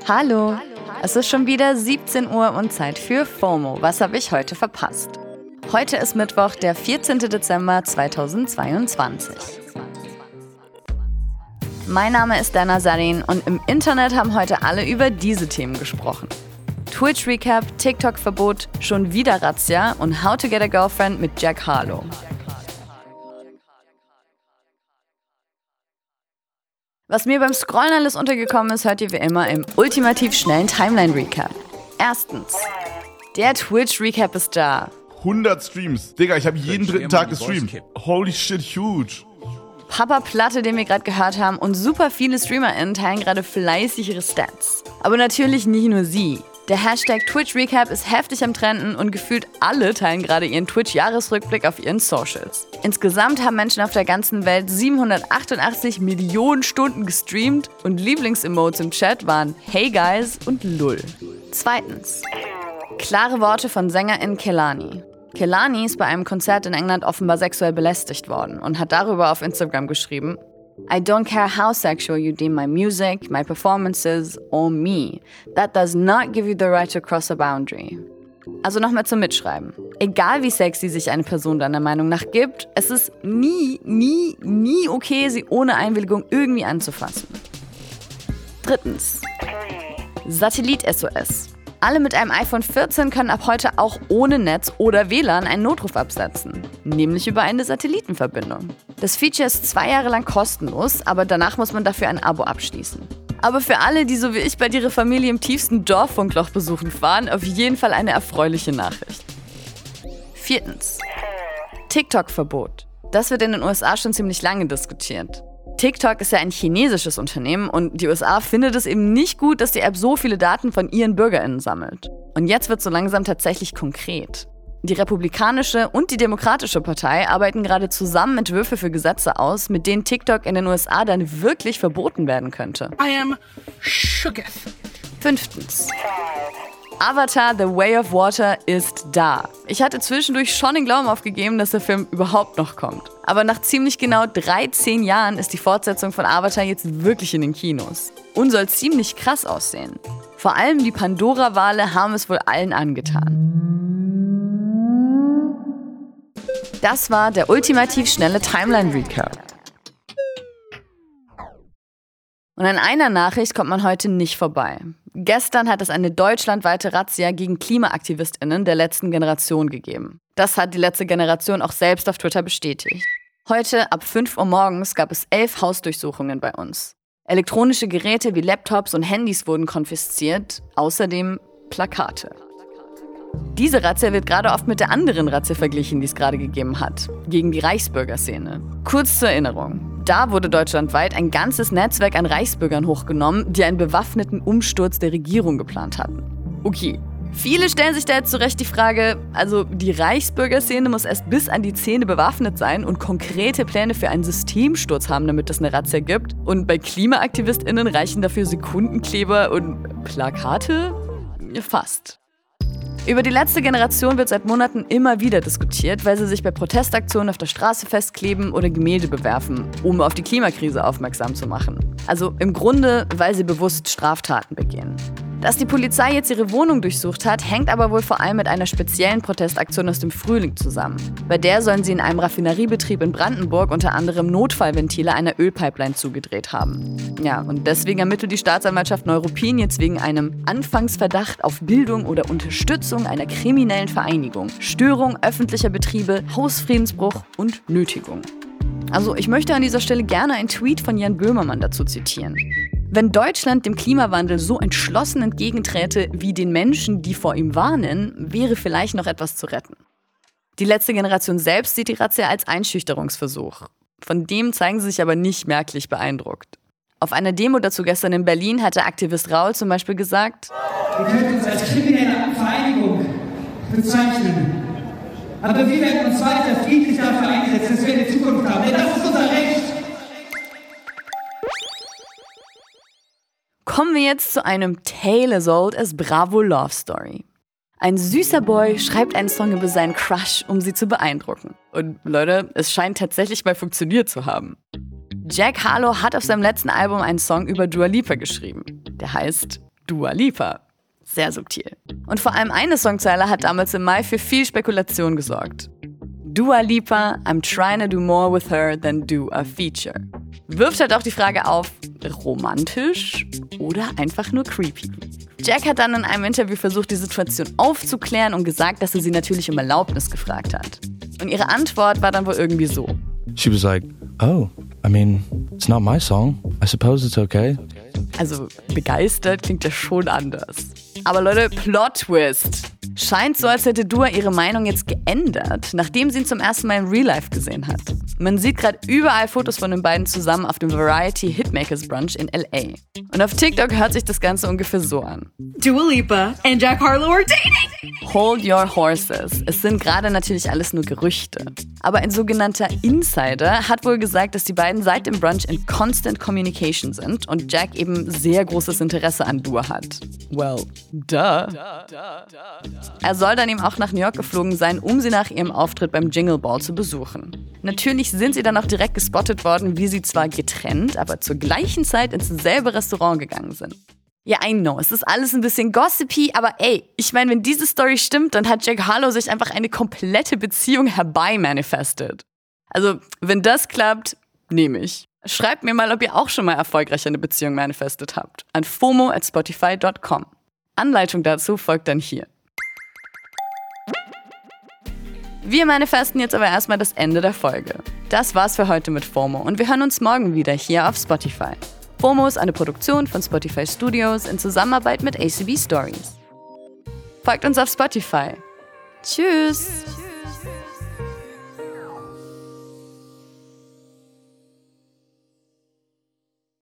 Hallo, es ist schon wieder 17 Uhr und Zeit für FOMO. Was habe ich heute verpasst? Heute ist Mittwoch, der 14. Dezember 2022. Mein Name ist Dana Sarin und im Internet haben heute alle über diese Themen gesprochen. Twitch-Recap, TikTok-Verbot, schon wieder Razzia und How to get a Girlfriend mit Jack Harlow. Was mir beim Scrollen alles untergekommen ist, hört ihr wie immer im ultimativ schnellen Timeline-Recap. Erstens, der Twitch-Recap ist da. 100 Streams. Digga, ich habe jeden dritten Tag gestreamt. Holy shit, huge. Papa Platte, den wir gerade gehört haben, und super viele StreamerInnen teilen gerade fleißig ihre Stats. Aber natürlich nicht nur sie. Der Hashtag TwitchRecap ist heftig am Trenden und gefühlt alle teilen gerade ihren Twitch-Jahresrückblick auf ihren Socials. Insgesamt haben Menschen auf der ganzen Welt 788 Millionen Stunden gestreamt und Lieblingsemotes im Chat waren Hey Guys und Lull. Zweitens. Klare Worte von Sängerin Kehlani. Kehlani ist bei einem Konzert in England offenbar sexuell belästigt worden und hat darüber auf Instagram geschrieben: I don't care how sexual you deem my music, my performances or me. That does not give you the right to cross a boundary. Also nochmal zum Mitschreiben. Egal wie sexy sich eine Person deiner Meinung nach gibt, es ist nie okay, sie ohne Einwilligung irgendwie anzufassen. Drittens. Satellit-SOS. Alle mit einem iPhone 14 können ab heute auch ohne Netz oder WLAN einen Notruf absetzen, nämlich über eine Satellitenverbindung. Das Feature ist 2 Jahre lang kostenlos, aber danach muss man dafür ein Abo abschließen. Aber für alle, die so wie ich bald ihre Familie im tiefsten Dorffunkloch besuchen fahren, auf jeden Fall eine erfreuliche Nachricht. Viertens. TikTok-Verbot. Das wird in den USA schon ziemlich lange diskutiert. TikTok ist ja ein chinesisches Unternehmen und die USA findet es eben nicht gut, dass die App so viele Daten von ihren BürgerInnen sammelt. Und jetzt wird so langsam tatsächlich konkret. Die Republikanische und die Demokratische Partei arbeiten gerade zusammen Entwürfe für Gesetze aus, mit denen TikTok in den USA dann wirklich verboten werden könnte. I am shooketh. Fünftens. Avatar: The Way of Water ist da. Ich hatte zwischendurch schon den Glauben aufgegeben, dass der Film überhaupt noch kommt. Aber nach ziemlich genau 13 Jahren ist die Fortsetzung von Avatar jetzt wirklich in den Kinos. Und soll ziemlich krass aussehen. Vor allem die Pandora-Wale haben es wohl allen angetan. Das war der ultimativ schnelle Timeline-Recap. Und an einer Nachricht kommt man heute nicht vorbei. Gestern hat es eine deutschlandweite Razzia gegen KlimaaktivistInnen der letzten Generation gegeben. Das hat die letzte Generation auch selbst auf Twitter bestätigt. Heute ab 5 Uhr morgens gab es 11 Hausdurchsuchungen bei uns. Elektronische Geräte wie Laptops und Handys wurden konfisziert, außerdem Plakate. Diese Razzia wird gerade oft mit der anderen Razzia verglichen, die es gerade gegeben hat, gegen die Reichsbürgerszene. Kurz zur Erinnerung. Da wurde deutschlandweit ein ganzes Netzwerk an Reichsbürgern hochgenommen, die einen bewaffneten Umsturz der Regierung geplant hatten. Okay, viele stellen sich da jetzt zu Recht die Frage, also die Reichsbürgerszene muss erst bis an die Zähne bewaffnet sein und konkrete Pläne für einen Systemsturz haben, damit es eine Razzia gibt. Und bei KlimaaktivistInnen reichen dafür Sekundenkleber und Plakate? Fast. Über die letzte Generation wird seit Monaten immer wieder diskutiert, weil sie sich bei Protestaktionen auf der Straße festkleben oder Gemälde bewerfen, um auf die Klimakrise aufmerksam zu machen. Also im Grunde, weil sie bewusst Straftaten begehen. Dass die Polizei jetzt ihre Wohnung durchsucht hat, hängt aber wohl vor allem mit einer speziellen Protestaktion aus dem Frühling zusammen. Bei der sollen sie in einem Raffineriebetrieb in Brandenburg unter anderem Notfallventile einer Ölpipeline zugedreht haben. Ja, und deswegen ermittelt die Staatsanwaltschaft Neuruppin jetzt wegen einem Anfangsverdacht auf Bildung oder Unterstützung einer kriminellen Vereinigung, Störung öffentlicher Betriebe, Hausfriedensbruch und Nötigung. Also ich möchte an dieser Stelle gerne einen Tweet von Jan Böhmermann dazu zitieren. Wenn Deutschland dem Klimawandel so entschlossen entgegenträte wie den Menschen, die vor ihm warnen, wäre vielleicht noch etwas zu retten. Die letzte Generation selbst sieht die Razzia als Einschüchterungsversuch. Von dem zeigen sie sich aber nicht merklich beeindruckt. Auf einer Demo dazu gestern in Berlin hat der Aktivist Raul zum Beispiel gesagt: Wir können uns als kriminelle Vereinigung bezeichnen. Aber wir werden uns weiter friedlich dafür einsetzen, dass wir eine Zukunft haben. Denn das ist unser Recht. Kommen wir jetzt zu einem Tale as old as Bravo Love Story. Ein süßer Boy schreibt einen Song über seinen Crush, um sie zu beeindrucken. Und Leute, es scheint tatsächlich mal funktioniert zu haben. Jack Harlow hat auf seinem letzten Album einen Song über Dua Lipa geschrieben. Der heißt Dua Lipa. Sehr subtil. Und vor allem eine Songzeile hat damals im Mai für viel Spekulation gesorgt. Dua Lipa, I'm trying to do more with her than do a feature. Wirft halt auch die Frage auf, romantisch oder einfach nur creepy? Jack hat dann in einem Interview versucht, die Situation aufzuklären und gesagt, dass er sie natürlich um Erlaubnis gefragt hat. Und ihre Antwort war dann wohl irgendwie so. She was like, oh, I mean, it's not my song. I suppose it's okay. Also begeistert klingt ja schon anders. Aber Leute, Plot-Twist. Scheint so, als hätte Dua ihre Meinung jetzt geändert, nachdem sie ihn zum ersten Mal im Real Life gesehen hat. Man sieht gerade überall Fotos von den beiden zusammen auf dem Variety Hitmakers Brunch in L.A. Und auf TikTok hört sich das Ganze ungefähr so an. Dua Lipa and Jack Harlow are dating! Hold your horses. Es sind gerade natürlich alles nur Gerüchte. Aber ein sogenannter Insider hat wohl gesagt, dass die beiden seit dem Brunch in constant communication sind und Jack eben sehr großes Interesse an Dua hat. Well, duh. Er soll dann eben auch nach New York geflogen sein, um sie nach ihrem Auftritt beim Jingle Ball zu besuchen. Natürlich sind sie dann auch direkt gespottet worden, wie sie zwar getrennt, aber zur gleichen Zeit ins selbe Restaurant gegangen sind. Ja, I know, es ist alles ein bisschen gossipy, aber ey, ich meine, wenn diese Story stimmt, dann hat Jack Harlow sich einfach eine komplette Beziehung herbeimanifestet. Also, wenn das klappt, nehme ich. Schreibt mir mal, ob ihr auch schon mal erfolgreich eine Beziehung manifestet habt. An fomo@spotify.com. Anleitung dazu folgt dann hier. Wir manifesten jetzt aber erstmal das Ende der Folge. Das war's für heute mit FOMO und wir hören uns morgen wieder hier auf Spotify. FOMO ist eine Produktion von Spotify Studios in Zusammenarbeit mit ACB Stories. Folgt uns auf Spotify. Tschüss!